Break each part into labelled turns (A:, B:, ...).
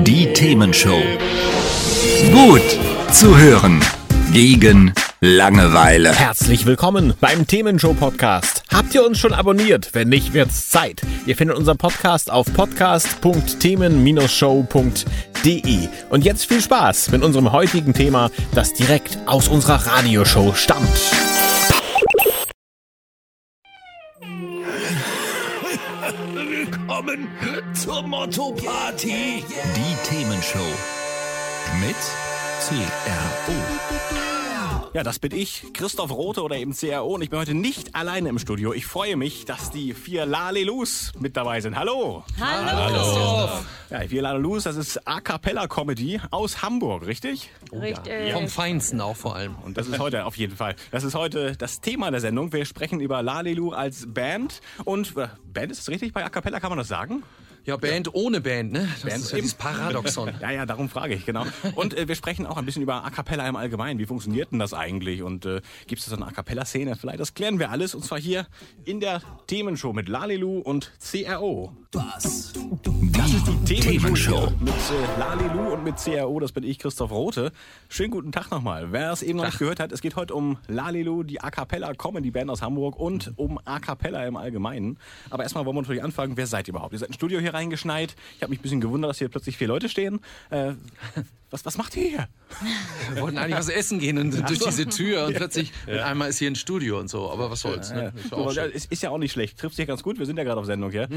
A: Die Themenshow. Gut zu hören. Gegen Langeweile.
B: Herzlich willkommen beim Themenshow-Podcast. Habt ihr uns schon abonniert? Wenn nicht, wird's Zeit. Ihr findet unseren Podcast auf podcast.themen-show.de. Und jetzt viel Spaß mit unserem heutigen Thema, das direkt aus unserer Radioshow stammt.
A: Willkommen zur Motto-Party. Die Themenshow mit CRO.
B: Ja, das bin ich, Christoph Rothe oder eben CRO, und ich bin heute nicht alleine im Studio. Ich freue mich, dass die 4 Lalelus mit dabei sind. Hallo!
C: Hallo!
B: Ja, die 4 Lalelus, das ist A-Cappella-Comedy aus Hamburg, richtig?
C: Richtig.
D: Vom Feinsten auch vor allem.
B: Und das ist heute auf jeden Fall. Das ist heute das Thema der Sendung. Wir sprechen über Lalelu als Band. Und Band, ist das richtig? Bei A Cappella kann man das sagen?
D: Ja, Band ohne Band, ne? Das
B: Band
D: ist ja dieses Paradoxon.
B: Ja, darum frage ich, genau. Und wir sprechen auch ein bisschen über A Cappella im Allgemeinen. Wie funktioniert denn das eigentlich? Und gibt es da so eine A Cappella-Szene? Vielleicht, das klären wir alles. Und zwar hier in der Themenshow mit Lalelu und CRO. Das ist die Themenshow mit Lalelu und mit CRO. Das bin ich, Christoph Rothe. Schönen guten Tag nochmal. Wer es eben noch nicht gehört hat, es geht heute um Lalelu, die A Cappella-Comedy-Band aus Hamburg, und um A Cappella im Allgemeinen. Aber erstmal wollen wir natürlich anfangen. Wer seid ihr überhaupt? Ihr seid ein Studio hier reingeschneit. Ich habe mich ein bisschen gewundert, dass hier plötzlich 4 Leute stehen. Was macht ihr hier?
D: Wir wollten eigentlich was essen gehen und durch diese Tür und plötzlich mit einmal ist hier ein Studio und so. Aber was soll's, ne?
B: Ist ja auch nicht schlecht. Trifft sich ganz gut. Wir sind ja gerade auf Sendung hier.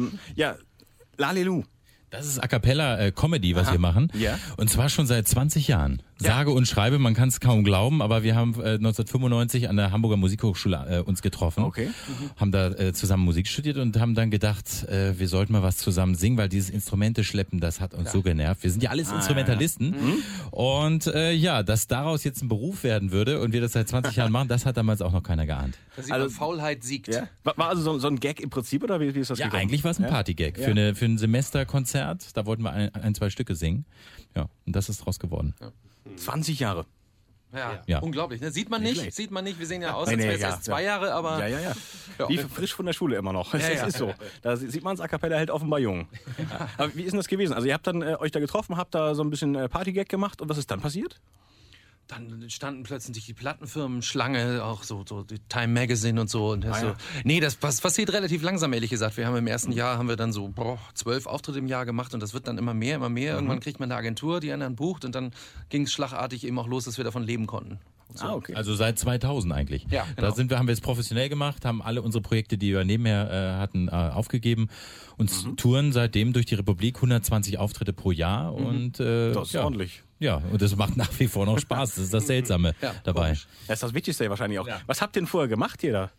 B: Lalelu.
E: Das ist A Cappella Comedy, was wir machen.
B: Ja.
E: Und zwar schon seit 20 Jahren. Sage und schreibe, man kann es kaum glauben, aber wir haben 1995 an der Hamburger Musikhochschule uns getroffen.
B: Okay.
E: Haben da zusammen Musik studiert und haben dann gedacht, wir sollten mal was zusammen singen, weil dieses Instrumente schleppen, das hat uns so genervt. Wir sind ja alles Instrumentalisten. Und dass daraus jetzt ein Beruf werden würde und wir das seit 20 Jahren machen, das hat damals auch noch keiner geahnt.
D: Da sieht man, Faulheit siegt.
B: Ja? War also so ein Gag im Prinzip, oder wie ist das gekommen?
E: Eigentlich war es ein Partygag für ein Semesterkonzert. Da wollten wir ein, 2 Stücke singen. Ja, und das ist draus geworden.
B: 20 Jahre.
D: Ja, unglaublich. Ne? Sieht man nicht. Wir sehen ja aus, als wäre es erst 2 Jahre, aber...
B: Ja. Wie frisch von der Schule immer noch. Das ist so. Da sieht man es, A Cappella hält offenbar jung. Aber wie ist denn das gewesen? Also ihr habt dann euch da getroffen, habt da so ein bisschen Partygag gemacht, und was ist dann passiert?
D: Dann standen plötzlich die Plattenfirmen Schlange, auch so die Time Magazine und so. Und Nee, das passiert relativ langsam, ehrlich gesagt. Wir haben im ersten Jahr dann so 12 Auftritte im Jahr gemacht, und das wird dann immer mehr. Irgendwann kriegt man eine Agentur, die einen dann bucht, und dann ging es schlagartig eben auch los, dass wir davon leben konnten. So.
B: Okay.
E: Also seit 2000 eigentlich.
D: Ja, genau.
E: Da haben wir es professionell gemacht, haben alle unsere Projekte, die wir nebenher hatten, aufgegeben und touren seitdem durch die Republik, 120 Auftritte pro Jahr. Und
B: Das ist ordentlich.
E: Ja, und das macht nach wie vor noch Spaß. Das ist das Seltsame dabei.
B: Das ist das Wichtigste wahrscheinlich auch. Ja. Was habt ihr denn vorher gemacht, ihr da?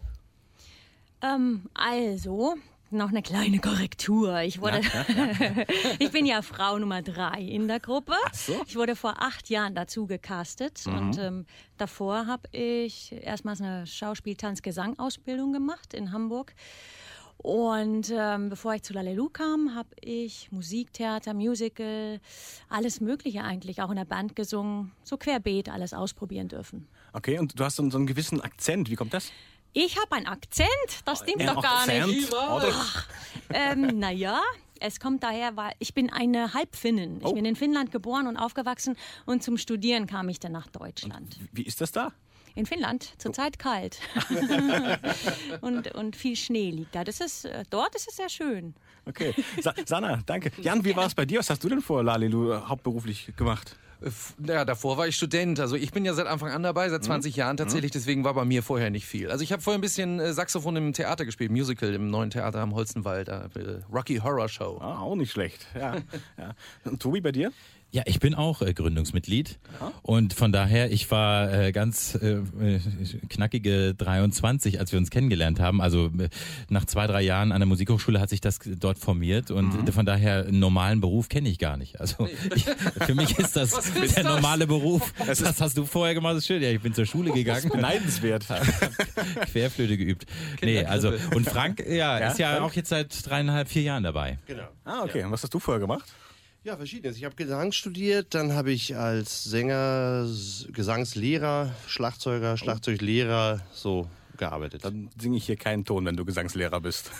C: Also, noch eine kleine Korrektur. Ich bin ja Frau Nummer 3 in der Gruppe.
B: Ach so.
C: Ich wurde vor 8 Jahren dazu gecastet. Und davor habe ich erstmals eine Schauspiel-Tanz-Gesang-Ausbildung gemacht in Hamburg. Und bevor ich zu Lalelu kam, habe ich Musik, Theater, Musical, alles Mögliche eigentlich, auch in der Band gesungen, so querbeet alles ausprobieren dürfen.
B: Okay, und du hast so einen gewissen Akzent. Wie kommt das?
C: Ich habe einen Akzent? Das stimmt doch gar nicht. Naja, es kommt daher, weil ich bin eine Halbfinnin. Ich bin in Finnland geboren und aufgewachsen, und zum Studieren kam ich dann nach Deutschland.
B: Wie ist das da?
C: In Finnland zurzeit kalt und viel Schnee liegt da. Dort ist es sehr schön.
B: Okay, Sanna, danke. Jan, wie war es bei dir? Was hast du denn vor Lalelu hauptberuflich gemacht?
D: Ja, davor war ich Student. Also ich bin ja seit Anfang an dabei, seit 20 Jahren tatsächlich. Deswegen war bei mir vorher nicht viel. Also ich habe vorher ein bisschen Saxophon im Theater gespielt, Musical im neuen Theater am Holzenwald, Rocky Horror Show.
B: Ah, auch nicht schlecht. Ja. Und Tobi, bei dir?
E: Ja, ich bin auch Gründungsmitglied und von daher, ich war ganz knackige 23, als wir uns kennengelernt haben. Also nach 2, 3 Jahren an der Musikhochschule hat sich das dort formiert, und von daher einen normalen Beruf kenne ich gar nicht. Also für mich ist das der normale Beruf. Das hast du vorher gemacht, das ist schön. Ja, ich bin zur Schule gegangen.
B: Beneidenswert.
E: Querflöte geübt. Nee, also, und Frank, ist ja auch jetzt seit 3,5, 4 Jahren dabei.
F: Genau.
B: Ah, okay. Und was hast du vorher gemacht?
F: Ja, verschiedenes. Ich habe Gesang studiert, dann habe ich als Sänger, Gesangslehrer, Schlagzeuger, Schlagzeuglehrer so gearbeitet.
B: Dann singe ich hier keinen Ton, wenn du Gesangslehrer bist.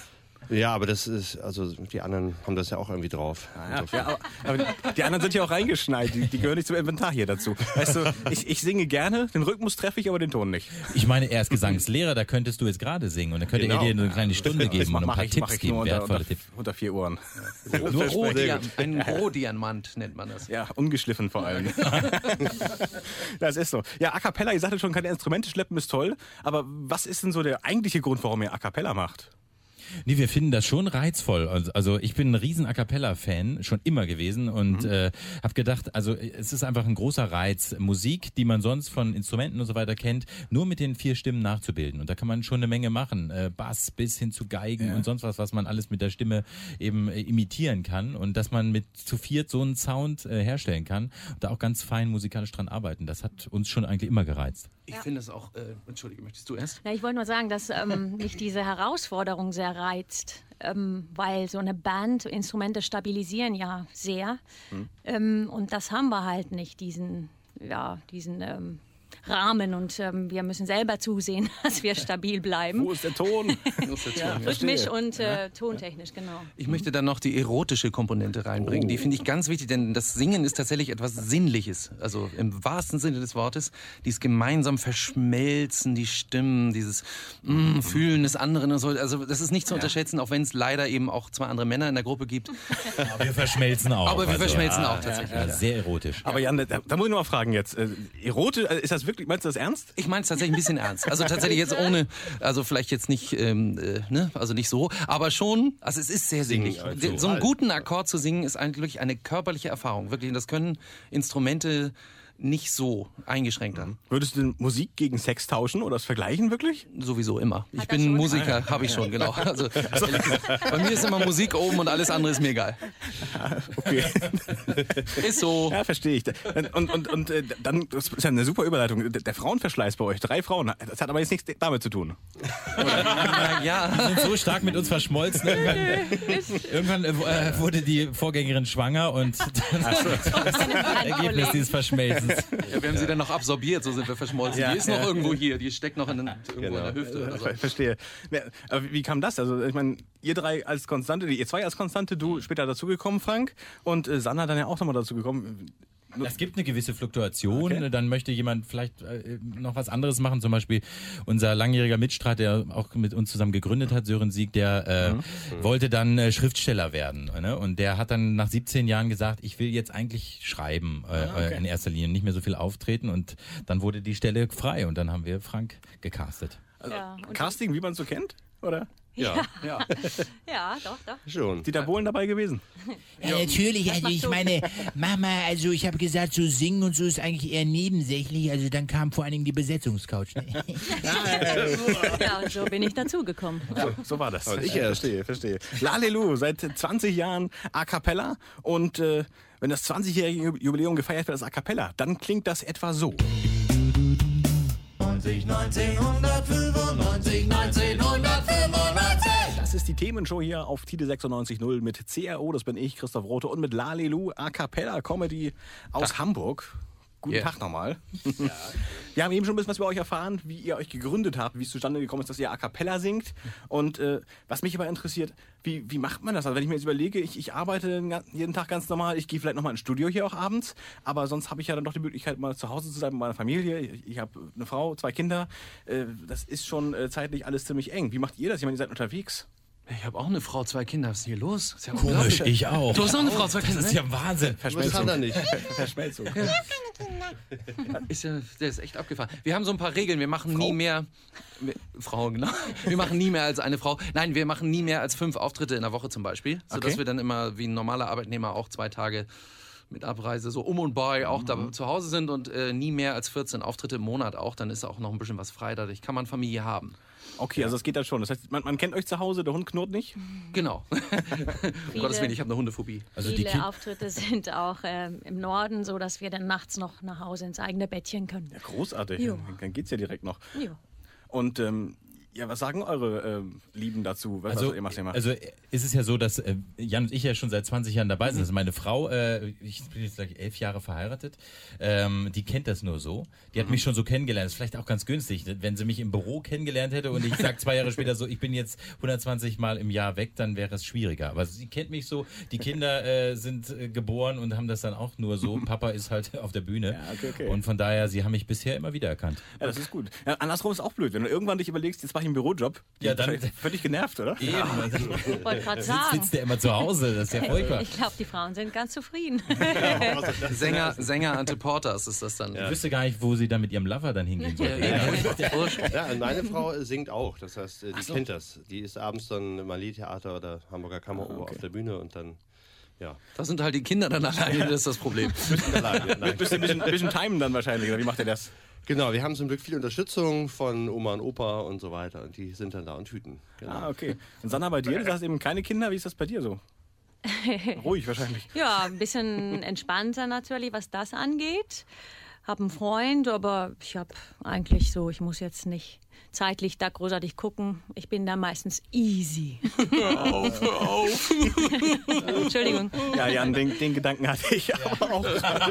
F: Ja, aber das ist, also die anderen haben das ja auch irgendwie drauf.
B: Aber die anderen sind ja auch reingeschneit, die gehören nicht zum Inventar hier dazu. Weißt du, ich singe gerne, den Rhythmus treffe ich, aber den Ton nicht.
E: Ich meine, er ist Gesangslehrer, da könntest du jetzt gerade singen und dann könnte er dir eine kleine Stunde geben und ein paar Tipps geben, wertvolle Tipps.
B: Unter 4 Ohren.
D: Ein Rohdiamant nennt man das.
B: Ja, ungeschliffen vor allem. Das ist so. Ja, A Cappella, ihr sagtet schon, keine Instrumente schleppen ist toll, aber was ist denn so der eigentliche Grund, warum ihr A Cappella macht?
E: Nee, wir finden das schon reizvoll. Also ich bin ein riesen A Cappella-Fan, schon immer gewesen und habe gedacht, also es ist einfach ein großer Reiz, Musik, die man sonst von Instrumenten und so weiter kennt, nur mit den 4 Stimmen nachzubilden. Und da kann man schon eine Menge machen. Bass bis hin zu Geigen und sonst was man alles mit der Stimme eben imitieren kann. Und dass man mit zu 4 so einen Sound herstellen kann und da auch ganz fein musikalisch dran arbeiten. Das hat uns schon eigentlich immer gereizt.
D: Ich finde es auch, Entschuldige, möchtest du erst?
C: Ja, ich wollte nur sagen, dass mich diese Herausforderung sehr reizt, weil so eine Band, Instrumente stabilisieren ja sehr und das haben wir halt nicht, diesen Rahmen und wir müssen selber zusehen, dass wir stabil bleiben.
B: Wo ist der Ton?
C: Rhythmisch und tontechnisch, genau.
D: Ich möchte dann noch die erotische Komponente reinbringen. Die finde ich ganz wichtig, denn das Singen ist tatsächlich etwas Sinnliches. Also im wahrsten Sinne des Wortes. Dieses gemeinsam Verschmelzen, die Stimmen, dieses Fühlen des anderen und so. Also das ist nicht zu unterschätzen, auch wenn es leider eben auch 2 andere Männer in der Gruppe gibt.
E: Aber wir verschmelzen auch.
D: Aber wir verschmelzen auch tatsächlich.
E: Ja, sehr erotisch.
B: Aber Jan, da muss ich noch mal fragen jetzt. Erotisch, ist das wirklich, meinst du das ernst?
D: Ich meine es tatsächlich ein bisschen ernst. Also tatsächlich jetzt ohne, also vielleicht jetzt nicht, also nicht so, aber schon, also es ist sehr sinnlich. So einen guten Akkord zu singen ist eigentlich eine körperliche Erfahrung. Wirklich, und das können Instrumente nicht so eingeschränkt haben.
B: Würdest du denn Musik gegen Sex tauschen oder das vergleichen wirklich?
D: Sowieso immer. Ich bin Musiker, habe ich schon, genau. Also, bei mir ist immer Musik oben und alles andere ist mir egal.
B: Okay.
D: Ist so.
B: Ja, verstehe ich. Und dann, das ist ja eine super Überleitung, der Frauenverschleiß bei euch, 3 Frauen, das hat aber jetzt nichts damit zu tun.
D: Ja.
E: Die sind so stark mit uns verschmolzen. Irgendwann wurde die Vorgängerin schwanger und das Ergebnis dieses Verschmelzens.
D: Ja, wir haben sie dann noch absorbiert, so sind wir verschmolzen. Die ist noch irgendwo hier, die steckt noch irgendwo in der Hüfte oder so.
B: Verstehe. Aber wie kam das? Also ich meine, ihr 3 als Konstante, ihr 2 als Konstante, du später dazugekommen, Frank, und Sanna dann ja auch nochmal dazugekommen.
E: Es gibt eine gewisse Fluktuation, dann möchte jemand vielleicht noch was anderes machen, zum Beispiel unser langjähriger Mitstreiter, der auch mit uns zusammen gegründet hat, Sören Sieg, der wollte dann Schriftsteller werden, ne? Und der hat dann nach 17 Jahren gesagt, ich will jetzt eigentlich schreiben in erster Linie, nicht mehr so viel auftreten, und dann wurde die Stelle frei und dann haben wir Frank gecastet.
B: Also, Casting, wie man es so kennt, oder?
F: Ja.
C: Ja, doch.
F: Schon.
B: Dieter Bohlen dabei gewesen?
G: Natürlich, also ich meine, Mama, also ich habe gesagt, so singen und so ist eigentlich eher nebensächlich, also dann kam vor allen Dingen die Besetzungscouch. Ne?
C: Ja, und so bin ich dazugekommen.
B: So war das.
F: Ich erst.
B: Verstehe. Lalelu, seit 20 Jahren A Cappella, und wenn das 20-jährige Jubiläum gefeiert wird als A Cappella, dann klingt das etwa so. 1995. Das ist die Themenshow hier auf Tide 96.0 mit CRO, das bin ich, Christoph Rothe, und mit Lalelu, A Cappella Comedy aus Hamburg. Guten Tag nochmal. Ja. Wir haben eben schon ein bisschen was über euch erfahren, wie ihr euch gegründet habt, wie es zustande gekommen ist, dass ihr A Cappella singt. Und was mich aber interessiert, wie macht man das? Also wenn ich mir jetzt überlege, ich arbeite jeden Tag ganz normal, ich gehe vielleicht nochmal ins Studio hier auch abends, aber sonst habe ich ja dann doch die Möglichkeit, mal zu Hause zu sein mit meiner Familie. Ich habe eine Frau, 2 Kinder. Das ist schon zeitlich alles ziemlich eng. Wie macht ihr das? Ich meine, ihr seid unterwegs.
D: Ich habe auch eine Frau, 2 Kinder. Was ist denn hier los? Das ist ja
E: Komisch, ich auch.
D: Du hast auch eine Frau, 2 Kinder.
E: Das ist ja Wahnsinn.
B: Verschmelzung.
F: Das nicht.
B: Verschmelzung.
D: Der ist echt abgefahren. Wir haben so ein paar Regeln. Wir machen nie mehr... Frau, genau. Wir machen nie mehr als eine Frau. Nein, wir machen nie mehr als 5 Auftritte in der Woche zum Beispiel. Sodass wir dann immer wie ein normaler Arbeitnehmer auch 2 Tage mit Abreise so um und bei auch da zu Hause sind und nie mehr als 14 Auftritte im Monat auch. Dann ist auch noch ein bisschen was frei. Dadurch kann man Familie haben.
B: Okay, also das geht dann schon. Das heißt, man kennt euch zu Hause, der Hund knurrt nicht?
D: Genau. Um Gottes Willen, ich habe eine Hundephobie.
C: Also viele Auftritte sind auch im Norden, so dass wir dann nachts noch nach Hause ins eigene Bettchen können.
B: Ja, großartig.
C: Jo.
B: Dann geht's ja direkt noch.
C: Jo.
B: Und Ja, was sagen eure Lieben dazu? Was ihr macht?
E: Also ist es ja so, dass Jan und ich ja schon seit 20 Jahren dabei sind. Also meine Frau, ich bin jetzt gleich 11 Jahre verheiratet, die kennt das nur so. Die hat mich schon so kennengelernt. Das ist vielleicht auch ganz günstig. Wenn sie mich im Büro kennengelernt hätte und ich sage 2 Jahre später so, ich bin jetzt 120 Mal im Jahr weg, dann wäre es schwieriger. Aber sie kennt mich so. Die Kinder sind geboren und haben das dann auch nur so. Papa ist halt auf der Bühne.
B: Ja, okay.
E: Und von daher, sie haben mich bisher immer wieder erkannt.
B: Ja, das ist gut. Ja, andersrum ist auch blöd. Wenn du irgendwann dich überlegst, jetzt mache ich einen Bürojob, dann völlig genervt, oder?
E: Eben.
C: Ich wollte gerade sagen.
E: Sitzt der immer zu Hause, das ist ja furchtbar.
C: Ich glaube, die Frauen sind ganz zufrieden.
D: Sänger Ante Portas ist das dann.
E: Ich wüsste gar nicht, wo sie dann mit ihrem Lover dann hingehen soll.
F: Ja, und meine Frau singt auch, das heißt, die kennt das. Die ist abends dann im Malé-Theater oder Hamburger Kammeroper auf der Bühne und dann, ja.
D: Da sind halt die Kinder dann alleine, das ist das Problem.
B: Bist du ein bisschen timen dann wahrscheinlich, oder wie macht ihr das?
F: Genau, wir haben zum Glück viel Unterstützung von Oma und Opa und so weiter und die sind dann da und hüten. Genau.
B: Ah, okay. Und Sanna, bei dir, du hast eben keine Kinder, wie ist das bei dir so? Ruhig wahrscheinlich.
C: Ja, ein bisschen entspannter natürlich, was das angeht. Hab einen Freund, aber ich habe eigentlich so, ich muss jetzt nicht zeitlich da großartig gucken. Ich bin da meistens easy. Hör auf. Entschuldigung.
B: Ja, Jan, den Gedanken hatte ich aber auch.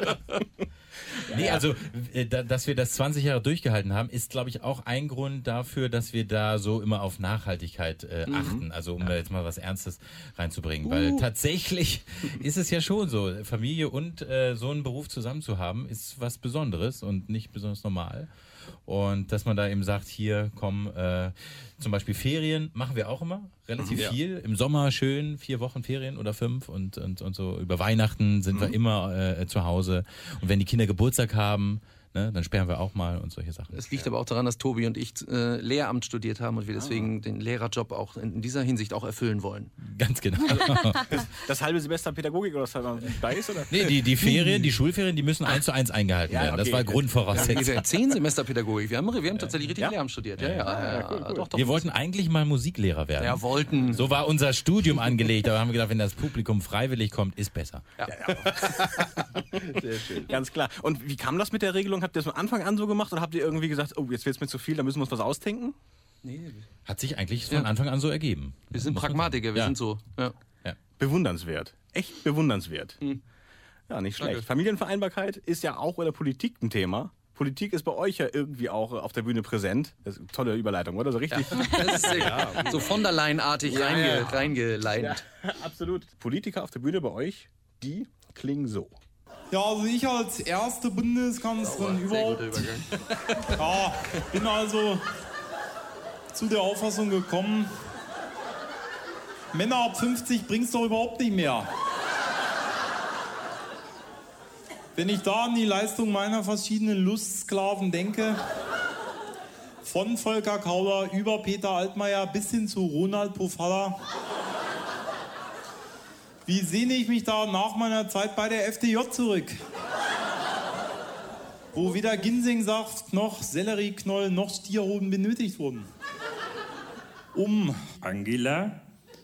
E: Nee, also, dass wir das 20 Jahre durchgehalten haben, ist, glaube ich, auch ein Grund dafür, dass wir da so immer auf Nachhaltigkeit achten. Also, um da jetzt mal was Ernstes reinzubringen. Weil tatsächlich ist es ja schon so, Familie und so einen Beruf zusammen zu haben, ist was Besonderes und nicht besonders normal. Und dass man da eben sagt, hier, komm, zum Beispiel Ferien machen wir auch immer, relativ viel. Im Sommer schön, 4 Wochen Ferien oder 5 und so. Über Weihnachten sind wir immer zu Hause. Und wenn die Kinder Geburtstag haben, ne, dann sperren wir auch mal und solche Sachen.
D: Es liegt aber auch daran, dass Tobi und ich Lehramt studiert haben und wir deswegen den Lehrerjob auch in dieser Hinsicht auch erfüllen wollen.
E: Ganz genau.
B: Das halbe Semester Pädagogik oder was halt da ist, oder?
E: Nee, die Ferien, die Schulferien, die müssen 1:1 eingehalten werden. Das war Grundvoraussetzung.
D: Wir haben 10 Semester Pädagogik. Wir haben tatsächlich richtig Lehramt studiert. Cool. Doch.
E: Wir wollten eigentlich mal Musiklehrer werden.
D: Ja, wollten.
E: So war unser Studium angelegt. Aber haben wir gedacht, wenn das Publikum freiwillig kommt, ist besser.
D: Ja.
F: Sehr schön.
B: Ganz klar. Und wie kam das mit der Regelung? Habt ihr das von Anfang an so gemacht oder habt ihr irgendwie gesagt, oh, jetzt wird es mir zu viel, da müssen wir uns was ausdenken?
D: Nee.
E: Hat sich eigentlich von Anfang an so ergeben.
D: Wir sind Pragmatiker, wir sind so. Ja.
B: Bewundernswert. Echt bewundernswert. Ja, nicht schlecht.
D: Danke.
B: Familienvereinbarkeit ist ja auch in der Politik ein Thema. Politik ist bei euch ja irgendwie auch auf der Bühne präsent. Das ist eine tolle Überleitung, oder? So richtig.
D: Das ist so von der Leyen-artig reingeleitet.
B: Ja, absolut. Politiker auf der Bühne bei euch, die klingen so.
H: Ja, also ich als erste Bundeskanzlerin überhaupt, bin also zu der Auffassung gekommen, Männer ab 50 bringt's doch überhaupt nicht mehr. Wenn ich da an die Leistung meiner verschiedenen Lustsklaven denke, von Volker Kauder über Peter Altmaier bis hin zu Ronald Pofalla, wie sehne ich mich da nach meiner Zeit bei der FDJ zurück? Wo weder Ginsengsaft noch Sellerieknoll noch Stierhoden benötigt wurden.
I: Angela?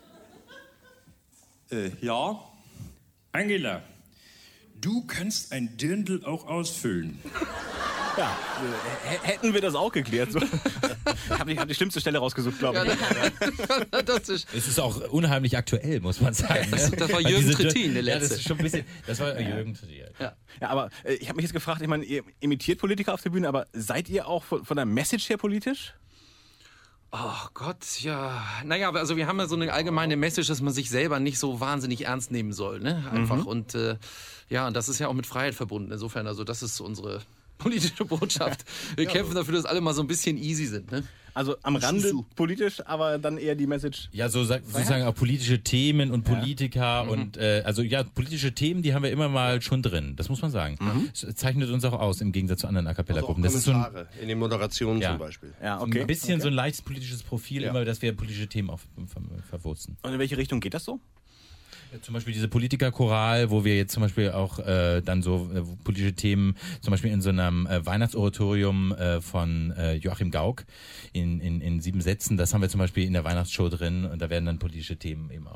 H: Ja?
I: Angela, du kannst ein Dirndl auch ausfüllen.
B: Ja, hätten wir das auch geklärt. So. Ich hab die schlimmste Stelle rausgesucht, glaube ich.
E: Es ist auch unheimlich aktuell, muss man sagen.
D: Das war Jürgen Trittin, der
E: letzte. Ja,
D: letzte.
E: das ist schon ein bisschen, das war Jürgen Trittin.
B: Ja, aber ich habe mich jetzt gefragt, ich meine, ihr imitiert Politiker auf der Bühne, aber seid ihr auch von der Message her politisch?
D: Oh Gott, ja. Naja, also wir haben ja so eine allgemeine Message, dass man sich selber nicht so wahnsinnig ernst nehmen soll, ne? Einfach. Und und das ist ja auch mit Freiheit verbunden. Insofern, also das ist unsere politische Botschaft. Wir kämpfen dafür, dass alle mal so ein bisschen easy sind, ne?
B: Also am Rande politisch, aber dann eher die Message.
E: Ja, sozusagen auch politische Themen und Politiker und politische Themen, die haben wir immer mal schon drin. Das muss man sagen. Das zeichnet uns auch aus im Gegensatz zu anderen A cappella Gruppen.
F: Also
E: das ist so
F: in den Moderationen zum Beispiel.
B: Ja,
E: okay. So ein bisschen so ein leichtes politisches Profil, immer, dass wir politische Themen auch verwurzen.
B: Und in welche Richtung geht das so?
E: Zum Beispiel diese Politikerchoral, wo wir jetzt zum Beispiel auch dann so politische Themen, zum Beispiel in so einem Weihnachtsoratorium von Joachim Gauck in 7 Sätzen, das haben wir zum Beispiel in der Weihnachtsshow drin und da werden dann politische Themen eben auch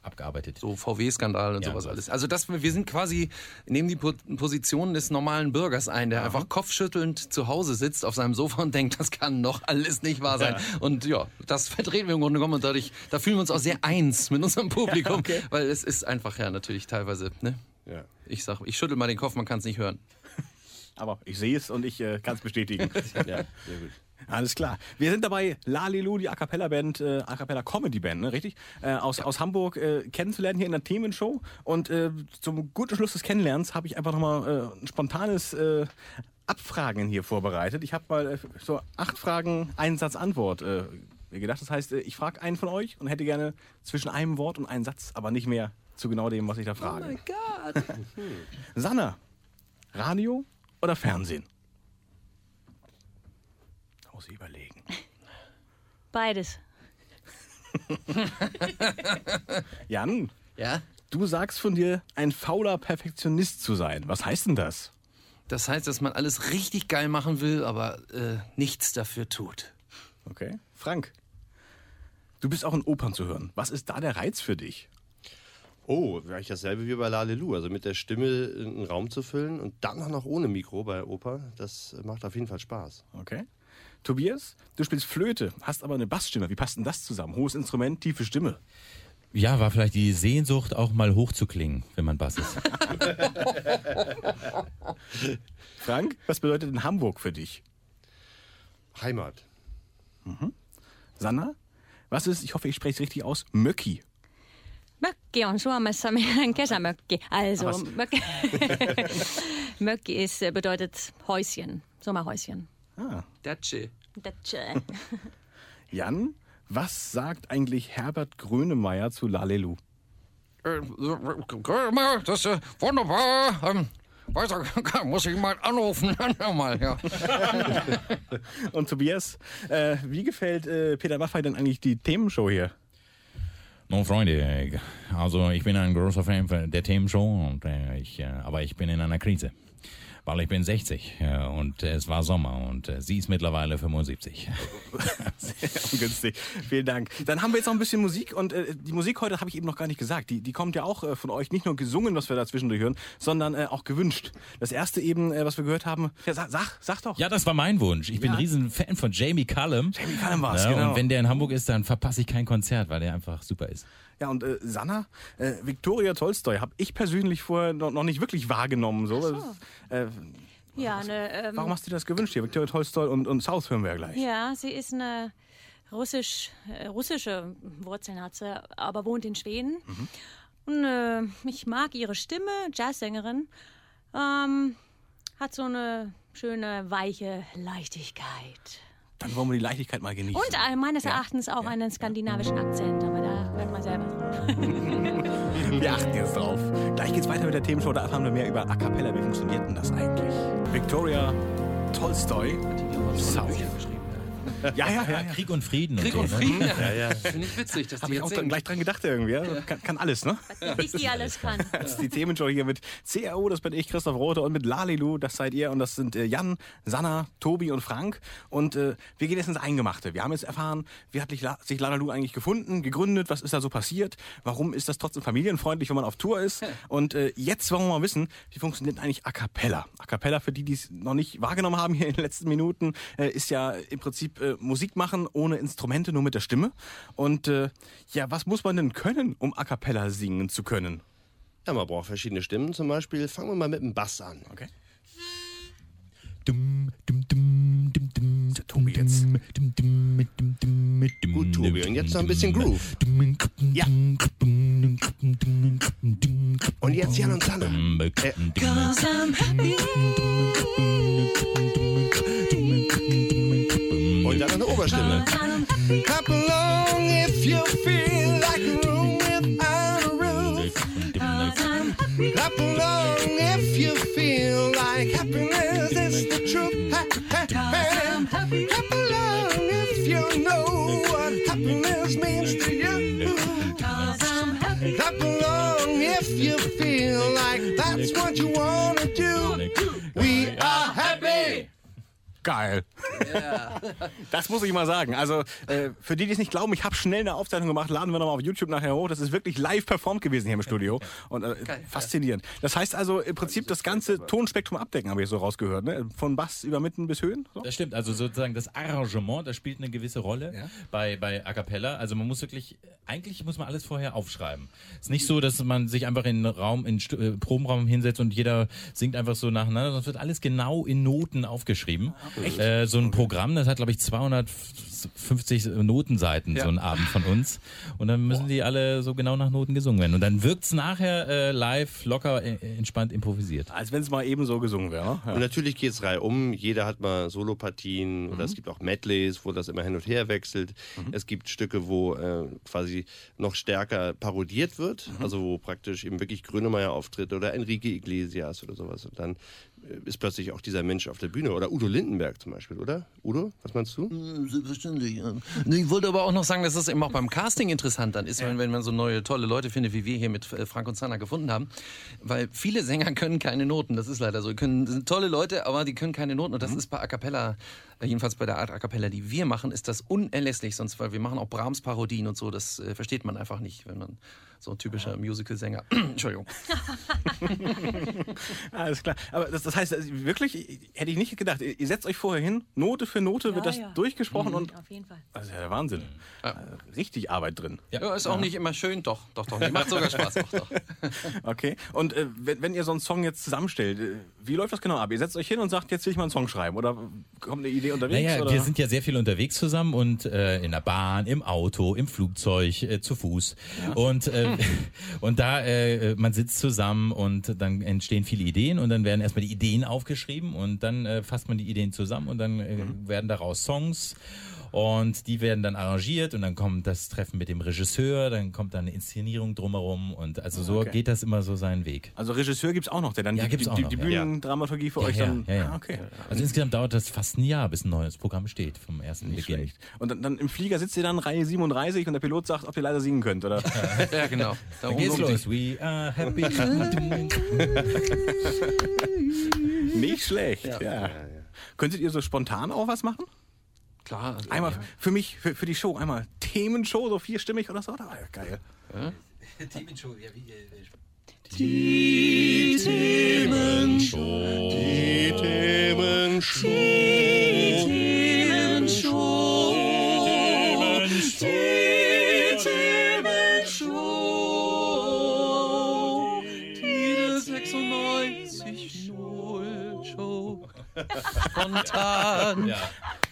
E: abgearbeitet.
D: So VW-Skandal und sowas alles. Also wir sind quasi, nehmen die Position des normalen Bürgers ein, der einfach kopfschüttelnd zu Hause sitzt auf seinem Sofa und denkt, das kann doch alles nicht wahr sein. Und ja, das vertreten wir im Grunde genommen und dadurch, da fühlen wir uns auch sehr eins mit unserem Publikum, weil es ist einfach natürlich teilweise, ne? Ja. Ich schüttel mal den Kopf, man kann es nicht hören.
B: Aber ich sehe es und ich kann es bestätigen. Ja, sehr gut. Alles klar. Wir sind dabei, Lalelu, die A-Cappella-Band, A-Cappella-Comedy-Band, ne, richtig? Aus Hamburg kennenzulernen hier in der Themenshow. Und zum guten Schluss des Kennenlernens habe ich einfach nochmal ein spontanes Abfragen hier vorbereitet. Ich habe mal so 8 Fragen, einen Satz Antwort gedacht. Das heißt, ich frage einen von euch und hätte gerne zwischen einem Wort und einem Satz, aber nicht mehr zu genau dem, was ich da frage.
D: Oh mein Gott.
B: Sanna, Radio oder Fernsehen? Muss ich überlegen.
C: Beides.
B: Jan?
D: Ja?
B: Du sagst von dir, ein fauler Perfektionist zu sein. Was heißt denn das?
D: Das heißt, dass man alles richtig geil machen will, aber nichts dafür tut.
B: Okay. Frank, du bist auch in Opern zu hören. Was ist da der Reiz für dich?
F: Oh, vielleicht dasselbe wie bei Lalelu. Also mit der Stimme einen Raum zu füllen und dann auch noch ohne Mikro bei Oper, das macht auf jeden Fall Spaß.
B: Okay. Tobias, du spielst Flöte, hast aber eine Bassstimme. Wie passt denn das zusammen? Hohes Instrument, tiefe Stimme.
E: Ja, war vielleicht die Sehnsucht, auch mal hoch zu klingen, wenn man Bass ist.
B: Frank, was bedeutet denn Hamburg für dich?
F: Heimat.
B: Mhm. Sanna, was ist, ich hoffe, ich spreche es richtig aus, Möcki?
C: Mökki on Suomessa meidän kesämökki. Also, Mökki bedeutet Häuschen, Sommerhäuschen.
D: Datsche.
B: Jan, was sagt eigentlich Herbert Grönemeyer zu Lalelu?
J: Grönemeyer, das ist wunderbar. Weiter muss ich mal anrufen. Ja.
B: Und Tobias, wie gefällt Peter Maffay denn eigentlich die Themenshow hier?
E: Nun, Freunde, also ich bin ein großer Fan der Themenshow, und, aber ich bin in einer Krise. Weil ich bin 60 und es war Sommer und sie ist mittlerweile 75.
B: Sehr ungünstig. Vielen Dank. Dann haben wir jetzt noch ein bisschen Musik und die Musik heute habe ich eben noch gar nicht gesagt. Die kommt ja auch von euch, nicht nur gesungen, was wir da zwischendurch hören, sondern auch gewünscht. Das erste eben, was wir gehört haben, ja, sag doch.
E: Ja, das war mein Wunsch. Ich bin ein riesen Fan von Jamie Cullum.
B: Jamie Cullum war es, genau.
E: Und wenn der in Hamburg ist, dann verpasse ich kein Konzert, weil der einfach super ist.
B: Ja, und Sanna, Viktoria Tolstoi habe ich persönlich vorher noch nicht wirklich wahrgenommen. So.
C: Ja,
B: warum hast du dir das gewünscht hier? Viktoria Tolstoi und South hören wir ja gleich.
C: Ja, sie ist eine russische Wurzeln hat sie, aber wohnt in Schweden. Mhm. Und ich mag ihre Stimme, Jazzsängerin. Hat so eine schöne, weiche Leichtigkeit.
B: Dann wollen wir die Leichtigkeit mal genießen.
C: Und meines Erachtens auch einen skandinavischen Akzent, aber da hört man selber drauf.
B: Wir achten jetzt drauf. Gleich geht's weiter mit der Themenshow, da erfahren wir mehr über A Cappella. Wie funktioniert denn das eigentlich? Viktoria Tolstoi. South. Ja.
E: Krieg und Frieden.
D: Krieg und Frieden, ja. Finde ich witzig, dass
B: Hab
D: die
B: ich auch
D: jetzt
B: gleich dran gedacht irgendwie. Ja? Kann alles, ne?
C: Was die alles kann.
B: Das ist die Themenshow hier mit CRO, das bin ich, Christoph Rothe, und mit Lalelu, das seid ihr. Und das sind Jan, Sanna, Tobi und Frank. Und wir gehen jetzt ins Eingemachte. Wir haben jetzt erfahren, wie hat sich Lalelu eigentlich gefunden, gegründet, was ist da so passiert, warum ist das trotzdem familienfreundlich, wenn man auf Tour ist. Und jetzt wollen wir mal wissen, wie funktioniert eigentlich A Cappella? A Cappella, für die es noch nicht wahrgenommen haben hier in den letzten Minuten, ist ja im Prinzip Musik machen ohne Instrumente, nur mit der Stimme. Und was muss man denn können, um A Cappella singen zu können?
F: Ja, man braucht verschiedene Stimmen. Zum Beispiel fangen wir mal mit dem Bass an.
B: Okay.
F: Tobi jetzt. Gut, Tobi. Und jetzt noch ein bisschen Groove. Ja. Und jetzt Jan und Sanna. Und dann eine Oberstimme. Clap along if you feel like a room without a roof. Clap along if you feel like happiness is the truth. Clap along if you know what happiness means to you. Clap along if you feel like that's what you want to do. We are happy.
B: Geil.
D: Ja.
B: Das muss ich mal sagen. Also für die es nicht glauben, ich habe schnell eine Aufzeichnung gemacht, laden wir nochmal auf YouTube nachher hoch. Das ist wirklich live performt gewesen hier im Studio. Und faszinierend. Das heißt also im Prinzip das ganze Tonspektrum abdecken, habe ich so rausgehört. Ne? Von Bass über Mitten bis Höhen. So?
E: Das stimmt, also sozusagen das Arrangement, das spielt eine gewisse Rolle bei A Cappella. Also man muss wirklich, eigentlich muss man alles vorher aufschreiben. Es ist nicht so, dass man sich einfach in Probenraum hinsetzt und jeder singt einfach so nacheinander, sondern es wird alles genau in Noten aufgeschrieben. So ein Programm, das hat glaube ich 250 Notenseiten, so ein Abend von uns. Und dann müssen die alle so genau nach Noten gesungen werden. Und dann wirkt's nachher live, locker, entspannt improvisiert.
B: Als wenn es mal eben so gesungen wäre. Ne? Ja.
K: Und natürlich geht's reihum. Jeder hat mal Solopartien oder es gibt auch Medleys, wo das immer hin und her wechselt. Es gibt Stücke, wo quasi noch stärker parodiert wird. Also wo praktisch eben wirklich Grönemeyer auftritt oder Enrique Iglesias oder sowas. Und dann ist plötzlich auch dieser Mensch auf der Bühne. Oder Udo Lindenberg zum Beispiel, oder? Udo, was meinst du?
D: Selbstverständlich. Ich wollte aber auch noch sagen, dass das eben auch beim Casting interessant dann ist, wenn man so neue, tolle Leute findet, wie wir hier mit Frank und Sanna gefunden haben. Weil viele Sänger können keine Noten, das ist leider so. Sind tolle Leute, aber die können keine Noten. Und das ist bei A Cappella, jedenfalls bei der Art A Cappella, die wir machen, ist das unerlässlich. Sonst, weil wir machen auch Brahms-Parodien und so, das versteht man einfach nicht, wenn man so ein typischer Musical-Sänger. Entschuldigung.
B: Alles klar. Aber das heißt, wirklich, hätte ich nicht gedacht, ihr setzt euch vorher hin, Note für Note wird das durchgesprochen und
C: auf jeden Fall.
B: das ist ja der Wahnsinn. Richtig Arbeit drin.
D: Ja, ist auch nicht immer schön. Doch. Macht sogar Spaß. Doch.
B: Okay. Und wenn ihr so einen Song jetzt zusammenstellt, wie läuft das genau ab? Ihr setzt euch hin und sagt, jetzt will ich mal einen Song schreiben oder kommt eine Idee unterwegs?
E: Naja,
B: oder?
E: wir sind ja sehr viel unterwegs zusammen und in der Bahn, im Auto, im Flugzeug, zu Fuß. Ja. Und da, man sitzt zusammen und dann entstehen viele Ideen und dann werden erstmal die Ideen aufgeschrieben und dann fasst man die Ideen zusammen und dann werden daraus Songs. Und die werden dann arrangiert und dann kommt das Treffen mit dem Regisseur, dann kommt dann eine Inszenierung drumherum und also so geht das immer so seinen Weg.
B: Also Regisseur gibt's auch noch, der dann die Bühnendramaturgie für euch dann...
E: Ja.
B: Okay.
E: Also insgesamt dauert das fast ein Jahr, bis ein neues Programm steht vom ersten
B: Nicht
E: Beginn.
B: schlecht. Und dann im Flieger sitzt ihr dann Reihe 37 und der Pilot sagt, ob ihr leider singen könnt, oder?
D: Ja, genau.
E: Dann geht's los. We are happy.
B: Nicht schlecht, ja. Könntet ihr so spontan auch was machen?
D: Klar.
B: Einmal für mich, für die Show, einmal Themenshow, so vierstimmig oder so. Geil.
G: Themenshow, ja, wie...
F: Die Themenshow. Die Themenshow. Die Themenshow. Die Themenshow.
D: Die 96 0 Show. Spontan.
E: Ja.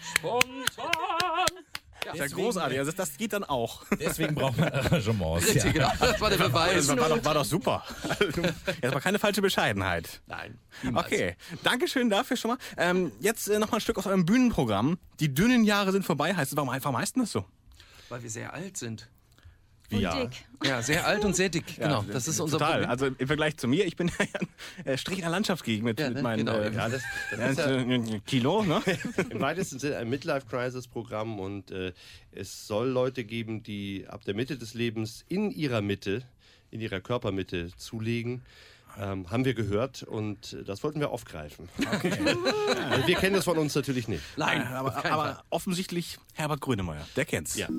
B: Das ist ja großartig, also das geht dann auch.
E: Deswegen braucht man Arrangements.
D: Richtig, genau. Das war der Beweis.
B: War doch super. Das war keine falsche Bescheidenheit.
D: Nein.
B: Okay, Dankeschön dafür schon mal. Jetzt noch mal ein Stück aus eurem Bühnenprogramm. Die dünnen Jahre sind vorbei, heißt es. Warum heißt denn das so?
D: Weil wir sehr alt sind.
C: Und
B: Ja.
C: dick.
D: Ja, sehr alt und sehr dick. Genau, das ist unser
B: Total.
D: Problem.
B: Also im Vergleich zu mir, ich bin ja Strich in der Landschaftsgegend mit meinen
D: genau.
K: Das ist ja
B: Kilo, ne?
K: im weitesten Sinne ein Midlife-Crisis-Programm und es soll Leute geben, die ab der Mitte des Lebens in ihrer Körpermitte zulegen. Haben wir gehört und das wollten wir aufgreifen. Okay. Wir kennen das von uns natürlich nicht.
D: Nein,
B: aber offensichtlich Herbert Grönemeyer, der kennt's.
K: Ja.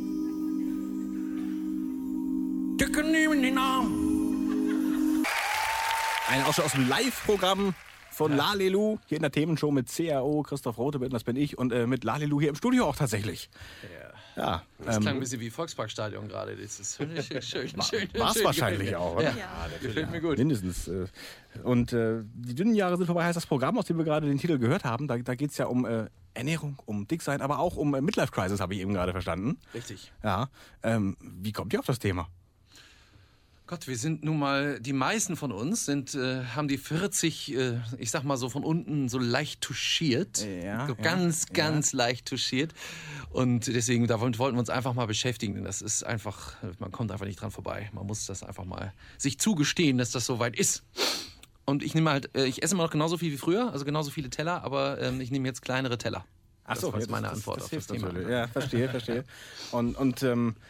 B: Ein Ausschnitt aus dem Live-Programm von Lalelu, hier in der Themenshow mit CRO, Christoph Rothebütten, das bin ich, und mit Lalelu hier im Studio auch tatsächlich. Ja.
D: Das klang ein bisschen wie Volksparkstadion gerade. Das ist schön.
B: War es wahrscheinlich auch, oder?
D: Ja, gefällt mir gut.
B: Mindestens. Und die dünnen Jahre sind vorbei, heißt das Programm, aus dem wir gerade den Titel gehört haben. Da geht es ja um Ernährung, um Dicksein, aber auch um Midlife Crisis, habe ich eben gerade verstanden.
D: Richtig.
B: Ja. Wie kommt ihr auf das Thema?
D: Gott, wir sind nun mal, die meisten von uns haben die 40, ich sag mal so von unten so leicht touchiert.
B: Ja,
D: so ganz leicht touchiert. Und deswegen, da wollten wir uns einfach mal beschäftigen. Denn das ist einfach, man kommt einfach nicht dran vorbei. Man muss das einfach mal sich zugestehen, dass das soweit ist. Und ich nehme halt, ich esse immer noch genauso viel wie früher, also genauso viele Teller, aber ich nehme jetzt kleinere Teller.
B: Ach so,
D: das ist meine Antwort auf das Thema.
B: Ja, verstehe. Und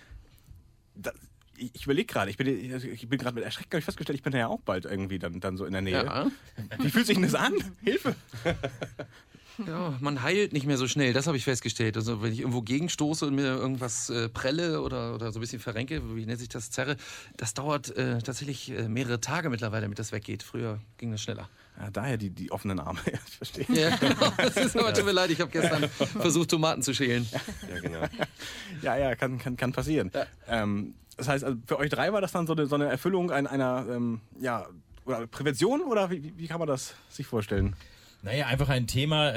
B: ich überlege gerade, ich bin gerade mit Erschrecken, habe ich festgestellt, ich bin ja auch bald irgendwie dann so in der Nähe.
D: Ja.
B: Wie fühlt sich denn das an? Hilfe!
D: Ja, man heilt nicht mehr so schnell, das habe ich festgestellt. Also wenn ich irgendwo gegenstoße und mir irgendwas prelle oder so ein bisschen verrenke, wie nennt sich das, zerre, das dauert tatsächlich mehrere Tage mittlerweile, damit das weggeht. Früher ging das schneller.
B: Ja, daher die offenen Arme, ich verstehe.
D: Ja, das ist aber, tut mir leid, ich habe gestern versucht, Tomaten zu schälen.
K: Ja, genau.
B: Ja, kann passieren. Ja. Das heißt, also für euch drei war das dann so eine Erfüllung einer oder Prävention, oder wie kann man das sich vorstellen?
E: Naja, einfach ein Thema,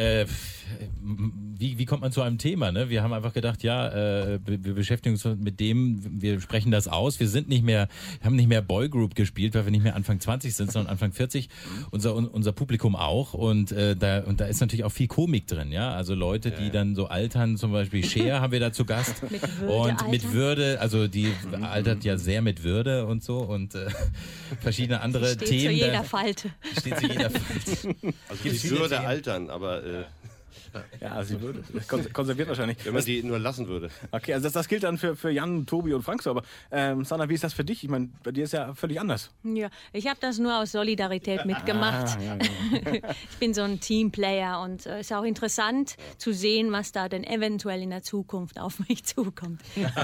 E: wie kommt man zu einem Thema? Ne? Wir haben einfach gedacht, wir beschäftigen uns mit dem, wir sprechen das aus. Wir haben nicht mehr Boygroup gespielt, weil wir nicht mehr Anfang 20 sind, sondern Anfang 40. Unser Publikum auch. Und da ist natürlich auch viel Komik drin, ja. Also Leute, die dann so altern, zum Beispiel Cher haben wir da zu Gast. Mit Würde, also die altert ja sehr mit Würde und so und verschiedene andere
C: Steht
E: Themen.
C: Zu jeder Falte.
E: Steht zu jeder Falte.
K: Also die würde altern, aber
B: ja, sie würde. Konserviert wahrscheinlich.
K: Wenn man die nur lassen würde.
B: Okay, also das gilt dann für Jan, Tobi und Frank so. Aber Sanna, wie ist das für dich? Ich meine, bei dir ist ja völlig anders.
C: Ja, ich habe das nur aus Solidarität mitgemacht. Ich bin so ein Teamplayer und es ist auch interessant zu sehen, was da denn eventuell in der Zukunft auf mich zukommt.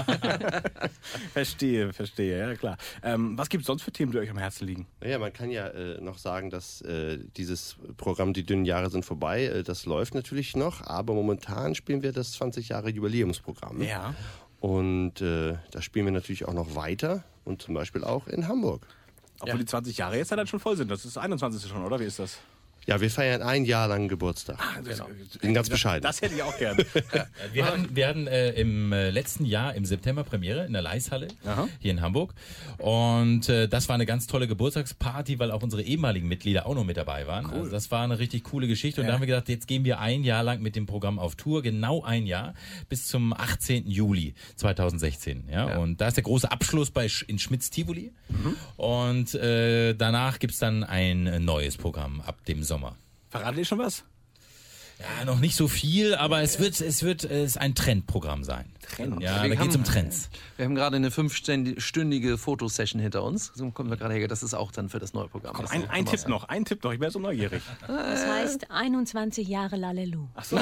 B: Verstehe, ja klar. Was gibt es sonst für Themen, die euch am Herzen liegen?
K: Naja, man kann ja noch sagen, dass dieses Programm Die dünnen Jahre sind vorbei, das läuft natürlich noch, aber momentan spielen wir das 20 Jahre Jubiläumsprogramm.
B: Ja.
K: Und da spielen wir natürlich auch noch weiter und zum Beispiel auch in Hamburg.
B: Obwohl die 20 Jahre jetzt dann schon voll sind. Das ist das 21. schon, oder? Wie ist das?
K: Ja, wir feiern ein Jahr lang Geburtstag.
B: Genau.
K: Bin ganz bescheiden.
B: Das hätte ich auch gerne.
E: Wir hatten im letzten Jahr im September Premiere in der Leishalle hier in Hamburg. Und das war eine ganz tolle Geburtstagsparty, weil auch unsere ehemaligen Mitglieder auch noch mit dabei waren. Cool. Also das war eine richtig coole Geschichte. Und da haben wir gedacht, jetzt gehen wir ein Jahr lang mit dem Programm auf Tour. Genau ein Jahr bis zum 18. Juli 2016. Ja? Und da ist der große Abschluss in Schmitz-Tivoli. Und danach gibt's dann ein neues Programm ab dem Sommer.
B: Verratet ihr schon was?
E: Ja, noch nicht so viel, aber es wird ein Trendprogramm sein.
B: Trend.
E: Ja, da geht's um Trends.
D: Wir haben gerade eine 5-stündige Fotosession hinter uns. So kommen wir gerade her. Das ist auch dann für das neue Programm.
B: Komm, ein Tipp noch. Ich wäre so neugierig.
C: Das heißt 21 Jahre Lalelu.
B: Ach so.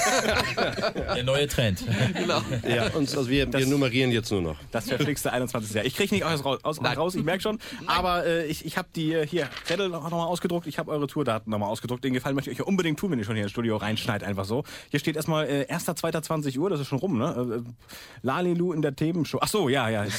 E: Der neue Trend.
D: Genau.
K: Ja, also wir nummerieren jetzt nur noch.
B: Das verflixte 21. Jahr. Ich kriege nicht alles raus, ich merke schon. Aber ich habe die hier Zettel nochmal ausgedruckt. Ich habe eure Tourdaten nochmal ausgedruckt. Den Gefallen möchte ich euch unbedingt tun, wenn ihr schon hier ins Studio reinschneit. Einfach so. Hier steht erstmal 1.2.20 Uhr. Das ist schon rum, ne? Lalilu in der Themenshow. Ach so, ja. Ja,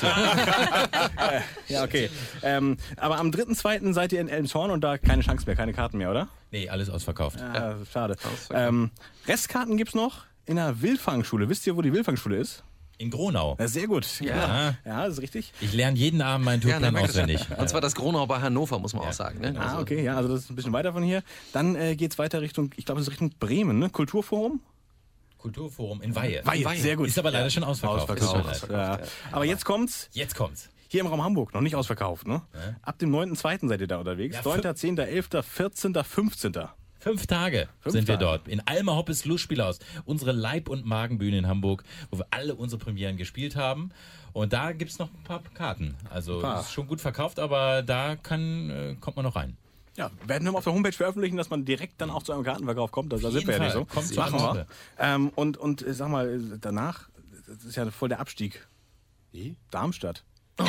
B: okay. Aber am 3.2. seid ihr in Elmshorn und da keine Chance mehr, keine Karten mehr, oder?
E: Nee, alles ausverkauft.
B: Ja, schade. Restkarten gibt's noch in der Wildfangschule. Wisst ihr, wo die Wildfangschule ist?
E: In Gronau.
B: Ja, sehr gut.
E: Ja,
B: das ist richtig.
E: Ich lerne jeden Abend meinen Tourplan auswendig.
D: Und zwar das Gronau bei Hannover, muss man auch sagen. Ne?
B: Okay, also das ist ein bisschen weiter von hier. Dann geht's weiter Richtung, ich glaube, es ist Richtung Bremen, ne? Kulturforum
E: in Weihe.
B: Sehr gut.
E: Ist aber leider schon ausverkauft.
B: Ja. Aber jetzt kommt's. Hier im Raum Hamburg, noch nicht ausverkauft, ne? Ja. Ab dem 9.2. seid ihr da unterwegs. Ja, 9., 10., 11., 14., 15.
E: 5 Tage sind wir dort. In Alma Hoppes Lustspielhaus. Unsere Leib- und Magenbühne in Hamburg, wo wir alle unsere Premieren gespielt haben. Und da gibt's noch ein paar Karten. Also ist schon gut verkauft, aber da kommt man noch rein. Ja, werden wir mal auf der Homepage veröffentlichen, dass man direkt dann auch zu einem Kartenverkauf kommt. Da sind wir ja nicht so. Machen wir. Und sag mal, danach, das ist ja voll der Abstieg. Wie? Darmstadt. Oh.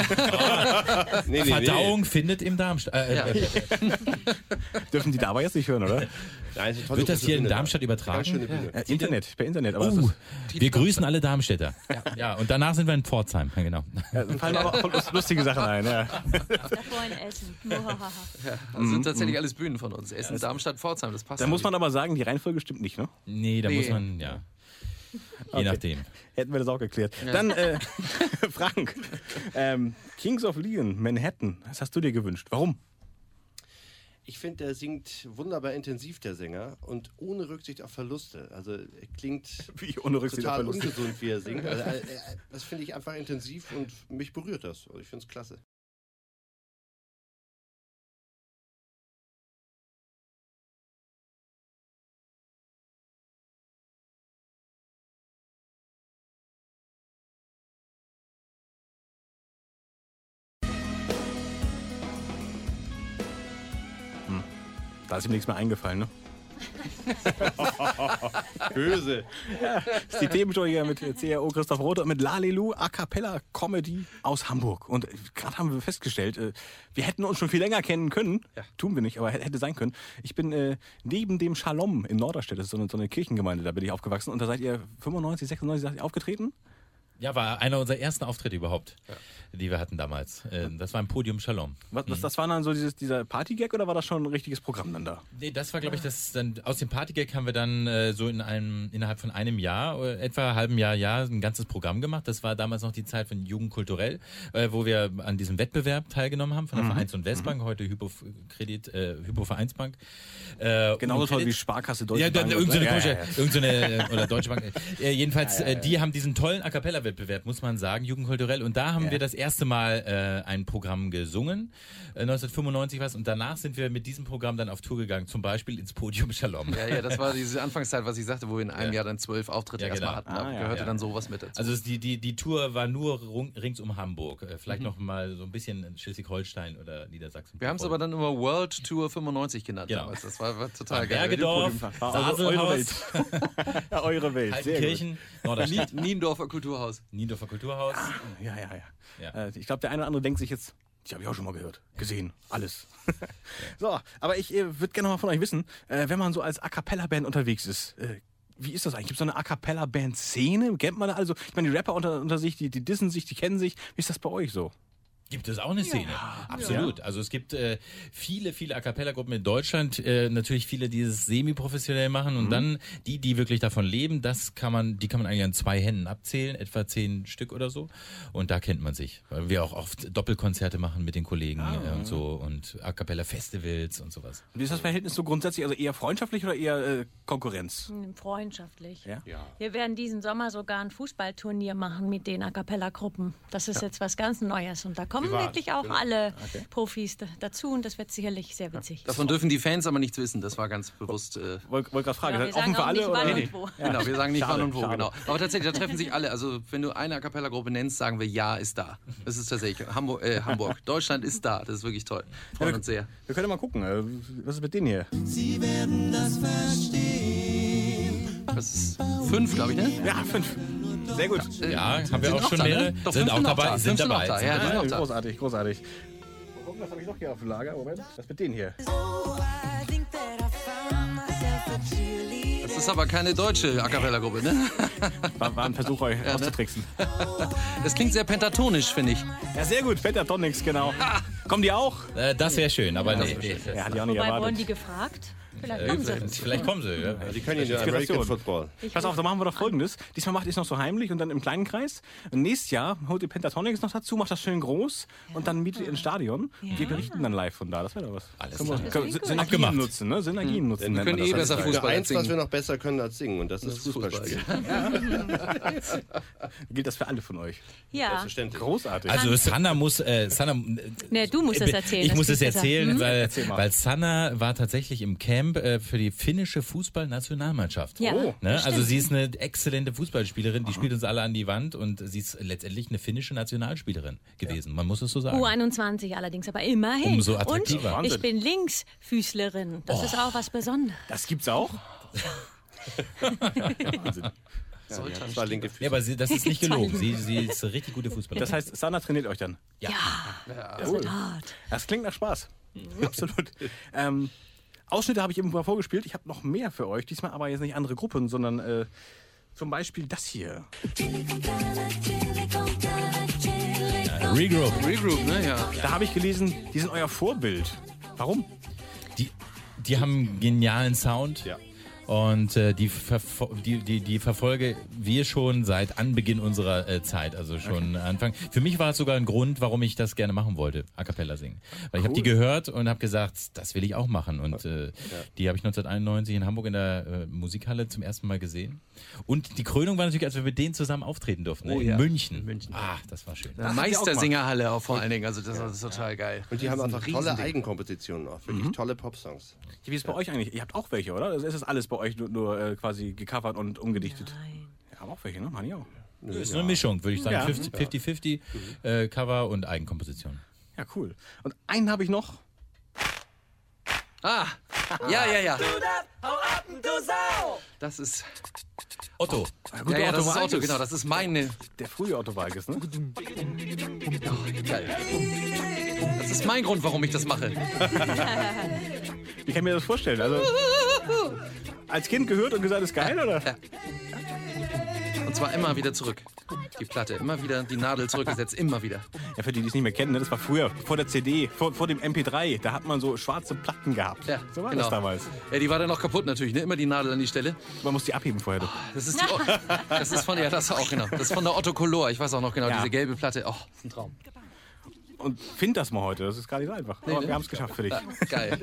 E: Verdauung findet im Darmstadt. Dürfen die da aber jetzt nicht hören, oder? Nein, wird das hier in Darmstadt übertragen? Per Internet. Aber wir grüßen alle Darmstädter. Ja, und danach sind wir in Pforzheim. Genau. Ja, dann fallen aber auch lustige Sachen ein. Ja.
C: Davor in Essen.
D: Das sind tatsächlich alles Bühnen von uns. Essen, Darmstadt, Pforzheim, das passt.
B: Da muss man aber sagen, die Reihenfolge stimmt nicht, ne?
E: Nee, da muss man, Je nachdem. Hätten wir das auch geklärt. Ja. Dann, Frank, Kings of Leon, Manhattan, das hast du dir gewünscht. Warum?
K: Ich finde, der singt wunderbar intensiv, der Sänger, und ohne Rücksicht auf Verluste. Also er klingt total ungesund, wie er singt. Also, das finde ich einfach intensiv und mich berührt das. Also ich finde es klasse.
B: Da ist ihm nichts mehr eingefallen, ne?
K: Böse.
B: Das ist die Themenshow hier mit CRO Christoph Rothe und mit Lalelu, A Cappella Comedy aus Hamburg. Und gerade haben wir festgestellt, wir hätten uns schon viel länger kennen können. Ja. Tun wir nicht, aber hätte sein können. Ich bin neben dem Shalom in Norderstedt, das ist so eine Kirchengemeinde, da bin ich aufgewachsen. Und da seid ihr 95, 96 seid ihr aufgetreten?
E: Ja, war einer unserer ersten Auftritte überhaupt, die wir hatten damals. Das war im Podium Shalom.
B: Das war dann so dieser Partygag oder war das schon ein richtiges Programm dann da?
E: Nee, das war, glaube ich, aus dem Partygag haben wir dann so innerhalb von einem Jahr, etwa halben Jahr, ein ganzes Programm gemacht. Das war damals noch die Zeit von Jugendkulturell, wo wir an diesem Wettbewerb teilgenommen haben, von der Vereins- und Westbank, heute Hypo-Vereinsbank.
B: Genauso toll wie Sparkasse Deutsche Bank.
E: Ja, irgendeine oder Deutsche Bank. Jedenfalls, die haben diesen tollen A Cappella-Wettbewerb, muss man sagen, Jugendkulturell. Und da haben wir das erste Mal ein Programm gesungen, 1995 was. Und danach sind wir mit diesem Programm dann auf Tour gegangen, zum Beispiel ins Podium Shalom.
D: Ja, das war diese Anfangszeit, was ich sagte, wo wir in einem Jahr dann 12 Auftritte erstmal hatten. Da gehörte dann sowas mit dazu.
E: Also die Tour war nur rings um Hamburg. Vielleicht noch mal so ein bisschen in Schleswig-Holstein oder Niedersachsen.
D: Wir haben es aber dann immer World Tour 95 genannt damals. Das war total geil.
E: Bergedorf,
B: Saselhaus. Ja, eure Welt.
E: Altenkirchen, Norderstedt.
D: Niendorfer Kulturhaus.
B: Ja. Ich glaube, der eine oder andere denkt sich jetzt, die habe ich auch schon mal gehört, gesehen, alles. So, aber ich würde gerne mal von euch wissen, wenn man so als A-Cappella-Band unterwegs ist, wie ist das eigentlich? Gibt es so eine A-Cappella-Band-Szene? Kennt man da also? Ich meine, die Rapper unter sich, die dissen sich, die kennen sich. Wie ist das bei euch so?
E: Gibt es auch eine Szene? Ja, absolut. Ja. Also es gibt viele A Cappella-Gruppen in Deutschland, natürlich viele, die es semi-professionell machen und dann die wirklich davon leben, die kann man eigentlich an 2 Händen abzählen, etwa 10 Stück oder so. Und da kennt man sich, weil wir auch oft Doppelkonzerte machen mit den Kollegen und so und A Cappella-Festivals und sowas.
B: Wie ist das Verhältnis so grundsätzlich? Also eher freundschaftlich oder eher Konkurrenz?
C: Freundschaftlich.
B: Ja?
C: Wir werden diesen Sommer sogar ein Fußballturnier machen mit den A Cappella-Gruppen. Das ist jetzt was ganz Neues und da kommen wirklich auch alle Profis dazu und das wird sicherlich sehr witzig.
D: Davon dürfen die Fans aber nichts wissen, das war ganz bewusst.
B: Wollte gerade fragen,
C: wir sagen
B: offen für alle?
C: Wann und wo.
D: Genau, wir sagen nicht wann und wo, genau. Aber tatsächlich, da treffen sich alle. Also wenn du eine A Cappella-Gruppe nennst, sagen wir, ja, ist da. Das ist tatsächlich Hamburg. Deutschland ist da, das ist wirklich toll. Freuen uns sehr.
B: Wir können mal gucken, was ist mit denen hier?
F: Sie werden das verstehen.
D: Das ist 5, glaube ich, ne?
B: Ja, 5. Sehr gut.
E: Ja, haben wir auch schon mehrere. Sind auch dabei. Sind dabei.
B: Ja, großartig. Gucken, was habe ich noch hier auf dem Lager? Moment, was mit denen hier?
D: Das ist aber keine deutsche A Cappella-Gruppe, ne?
B: War ein Versuch, euch auszutricksen.
D: Das klingt sehr pentatonisch, finde ich.
B: Ja, sehr gut. Pentatonix, genau. Kommen die auch?
E: Das wäre schön, aber nee.
B: Ja, hat die auch nicht
C: Wobei,
B: erwartet.
C: wurden die gefragt? Vielleicht kommen sie.
E: Ja.
K: Die können ja American Football.
B: Pass auf, da machen wir doch Folgendes. Diesmal macht ihr es noch so heimlich und dann im kleinen Kreis. Und nächstes Jahr holt ihr Pentatonix noch dazu, macht das schön groß und dann mietet ihr ein Stadion. Und wir berichten dann live von da. Das wäre doch was.
E: Alles
B: klar. Synergien nutzen, ne? Synergien nutzen.
D: Wir können besser Fußball
K: eins, was wir noch besser können als singen, und das ist Fußball spielen.
B: Gilt das für alle von euch?
C: Ja.
K: Selbstverständlich.
B: Großartig.
E: Also Sanna muss...
C: Ne, du musst es erzählen.
E: Ich muss es erzählen, weil
B: Sanna
E: war tatsächlich im Camp für die finnische Fußballnationalmannschaft.
C: Ja.
B: Oh,
E: ne? Also sie ist eine exzellente Fußballspielerin, die spielt uns alle an die Wand und sie ist letztendlich eine finnische Nationalspielerin gewesen. Man muss es so sagen.
C: U21 allerdings, aber immerhin.
E: Umso attraktiver.
C: Und ich bin Linksfüßlerin. Das ist auch was Besonderes.
B: Das gibt's auch?
K: Wahnsinn. Das war linke Füße.
E: Ja, aber das ist nicht gelogen. Sie ist eine richtig gute Fußballerin.
B: Das heißt, Sanna trainiert euch dann?
C: Ja. Das wird hart.
B: Das klingt nach Spaß. Absolut. Ausschnitte habe ich eben mal vorgespielt. Ich habe noch mehr für euch. Diesmal aber jetzt nicht andere Gruppen, sondern zum Beispiel das hier.
E: Regroup,
D: ne? Ja.
B: Da habe ich gelesen, die sind euer Vorbild. Warum?
E: Die haben einen genialen Sound.
B: Ja.
E: Und die verfolge wir schon seit Anbeginn unserer Zeit, also schon Anfang. Für mich war es sogar ein Grund, warum ich das gerne machen wollte, A Cappella singen. Weil ich habe die gehört und habe gesagt, das will ich auch machen. Und die habe ich 1991 in Hamburg in der Musikhalle zum ersten Mal gesehen. Und die Krönung war natürlich, als wir mit denen zusammen auftreten durften, in München. Ach, das war schön.
D: Meistersingerhalle auch vor allen Dingen, also das ist total geil.
K: Und die haben einfach tolle Eigenkompositionen auch, wirklich tolle Popsongs.
B: Wie ist es bei euch eigentlich? Ihr habt auch welche, oder? Also ist das alles bei euch nur quasi gecovert und umgedichtet?
C: Nein.
B: Ja, haben auch welche, ne? Machen die auch.
E: Das ist eine Mischung, würde ich sagen.
B: Ja.
E: 50-50 Cover und Eigenkomposition.
B: Ja, cool. Und einen habe ich noch.
D: Ah, ja. Das ist
E: Otto.
D: Ja, das ist Otto, genau. Das ist meine.
B: Der frühe Otto Walkes, ne?
D: Geil. Das ist mein Grund, warum ich das mache.
B: Wie kann ich mir das vorstellen? Also, als Kind gehört und gesagt, ist geil, oder?
D: Ja. Und zwar immer wieder zurück. Die Platte, immer wieder die Nadel zurückgesetzt, immer wieder.
B: Ja, für die, die es nicht mehr kennen, ne? Das war früher, vor der CD, vor dem MP3. Da hat man so schwarze Platten gehabt.
D: Ja,
B: so war
D: genau.
B: das damals.
D: Ja, die war dann noch kaputt natürlich, ne? Immer die Nadel an die Stelle.
B: Man muss die abheben vorher.
D: Das ist von, ja, das auch, genau. Das ist von der Otto Color. Ich weiß auch noch genau,
B: Ja.
D: diese gelbe Platte. Oh, ein Traum.
B: Und find das mal heute, das ist gar nicht so einfach. Aber
D: ne?
B: wir haben es geschafft für dich.
D: Ja, geil.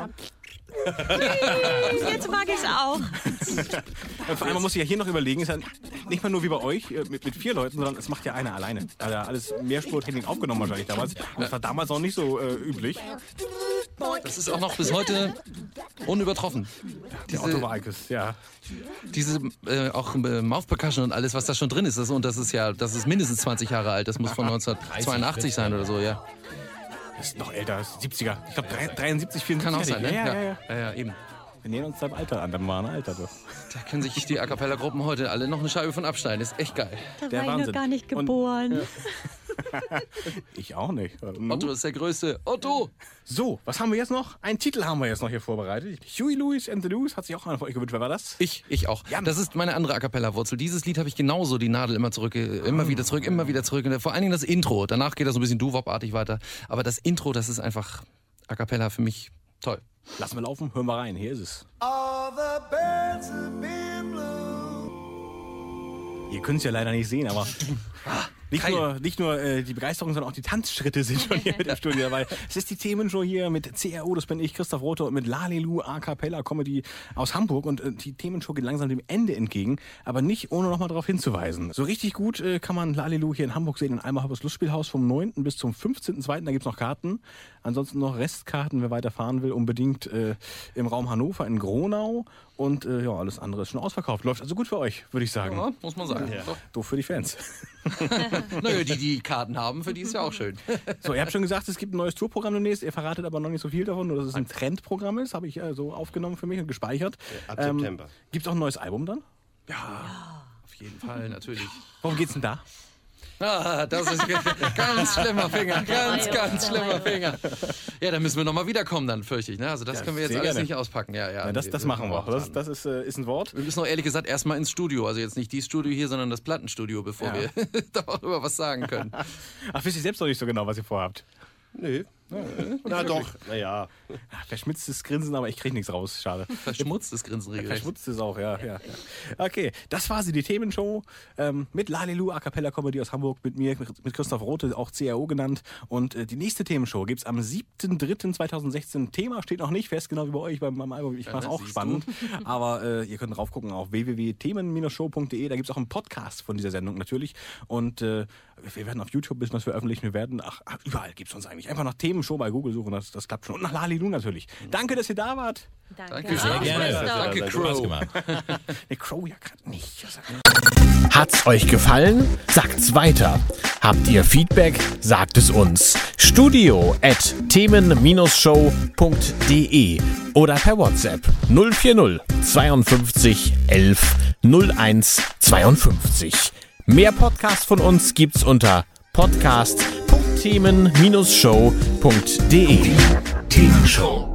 C: Jetzt mag ich es auch.
B: Und vor allem, man muss sich ja hier noch überlegen, ist ja nicht mal nur wie bei euch mit 4 Leuten, sondern es macht ja einer alleine. Also alles Mehrspurtechnik aufgenommen wahrscheinlich damals. Und das war damals auch nicht so üblich.
D: Das ist auch noch bis heute unübertroffen.
B: Der Otto Walkes, ja.
D: Diese auch Mouth Percussion und alles, was da schon drin ist. Das ist mindestens 20 Jahre alt. Das muss von 1982 sein oder so, ja.
B: Das ist noch älter, das ist 70er. Ich glaube 73, 74.
D: Kann auch sein, ne?
B: Ja,
D: eben.
B: Wir nähern uns deinem Alter an, deinem wahren Alter. Du.
D: Da können sich die A Cappella-Gruppen heute alle noch eine Scheibe von abschneiden. Ist echt geil.
C: Da
B: Der
C: war ich noch
B: Wahnsinn.
C: gar nicht geboren.
B: Ich auch nicht.
D: Otto ist der Größte. Otto!
B: So, was haben wir jetzt noch? Einen Titel haben wir jetzt noch hier vorbereitet. Huey Lewis and the News hat sich auch einer von euch gewünscht. Wer war das?
D: Ich auch.
B: Ja.
D: Das ist meine andere A Cappella-Wurzel. Dieses Lied habe ich genauso die Nadel immer wieder zurück. Und vor allen Dingen das Intro. Danach geht das so ein bisschen Doo-Wop-artig weiter. Aber das Intro, das ist einfach A Cappella für mich toll.
B: Lassen wir laufen, hören wir rein. Hier ist es.
F: All the birds have been blue.
B: Ihr könnt es ja leider nicht sehen, aber nicht nur die Begeisterung, sondern auch die Tanzschritte sind schon hier mit im Studio dabei. Es ist die Themenshow hier mit CRO, das bin ich, Christoph Rothe, und mit Lalelu A Cappella Comedy aus Hamburg. Und die Themenshow geht langsam dem Ende entgegen, aber nicht ohne nochmal darauf hinzuweisen. So richtig gut kann man Lalelu hier in Hamburg sehen, in Alma-Habbers Lustspielhaus vom 9. bis zum 15.2. Da gibt es noch Karten. Ansonsten noch Restkarten, wer weiterfahren will, unbedingt im Raum Hannover in Gronau. Und ja, alles andere ist schon ausverkauft. Läuft also gut für euch, würde ich sagen.
D: Ja, muss man sagen.
B: Ja. Doof für die Fans.
D: Naja, die Karten haben, für die ist ja auch schön.
B: So, ihr habt schon gesagt, es gibt ein neues Tourprogramm demnächst. Ihr verratet aber noch nicht so viel davon, nur dass es ein Trendprogramm ist. Habe ich so aufgenommen für mich und gespeichert.
K: Ab September.
B: Gibt es auch ein neues Album dann?
D: Ja, auf jeden Fall, natürlich.
B: Worum geht's denn da?
D: Ah, das ist ganz schlimmer Finger, ganz schlimmer Finger. Ja, da müssen wir nochmal wiederkommen dann, fürchte ich. Ne? Also das können wir jetzt
B: sehr
D: alles
B: gerne.
D: nicht auspacken. Ja,
B: das machen wir. Das ist ein Wort.
D: Wir müssen auch ehrlich gesagt erstmal ins Studio. Also jetzt nicht die Studio hier, sondern das Plattenstudio, bevor wir darüber was sagen können.
B: Ach, wisst ihr selbst noch nicht so genau, was ihr vorhabt?
K: Nee. Na doch, naja.
B: Verschmitztes Grinsen, aber ich kriege nichts raus. Schade.
D: Verschmutztes Grinsen regelrecht.
B: Verschmutztes auch, ja. Okay, das war sie, die Themenshow mit Lalelu A Cappella Comedy aus Hamburg, mit mir, mit Christoph Rothe, auch CRO genannt. Und die nächste Themenshow gibt es am 7.3.2016. Thema steht noch nicht fest, genau wie bei euch beim Album. Ich fand es auch spannend. Aber ihr könnt drauf gucken auf www.themen-show.de. Da gibt es auch einen Podcast von dieser Sendung natürlich. Und wir werden auf YouTube ein bisschen was veröffentlichen. Wir werden, überall gibt es uns eigentlich. Einfach nach Themenshow bei Google suchen, das klappt schon. Und nach Lalelu natürlich. Danke, dass ihr da wart.
C: Danke.
E: Sehr gerne.
D: Danke, Crow.
B: Der Crow ja gerade nicht.
L: Hat's euch gefallen? Sagt's weiter. Habt ihr Feedback? Sagt es uns. studio@themen-show.de oder per WhatsApp 040 52 11 01 52. Mehr Podcasts von uns gibt's unter podcast.themen-show.de.
A: Themenshow.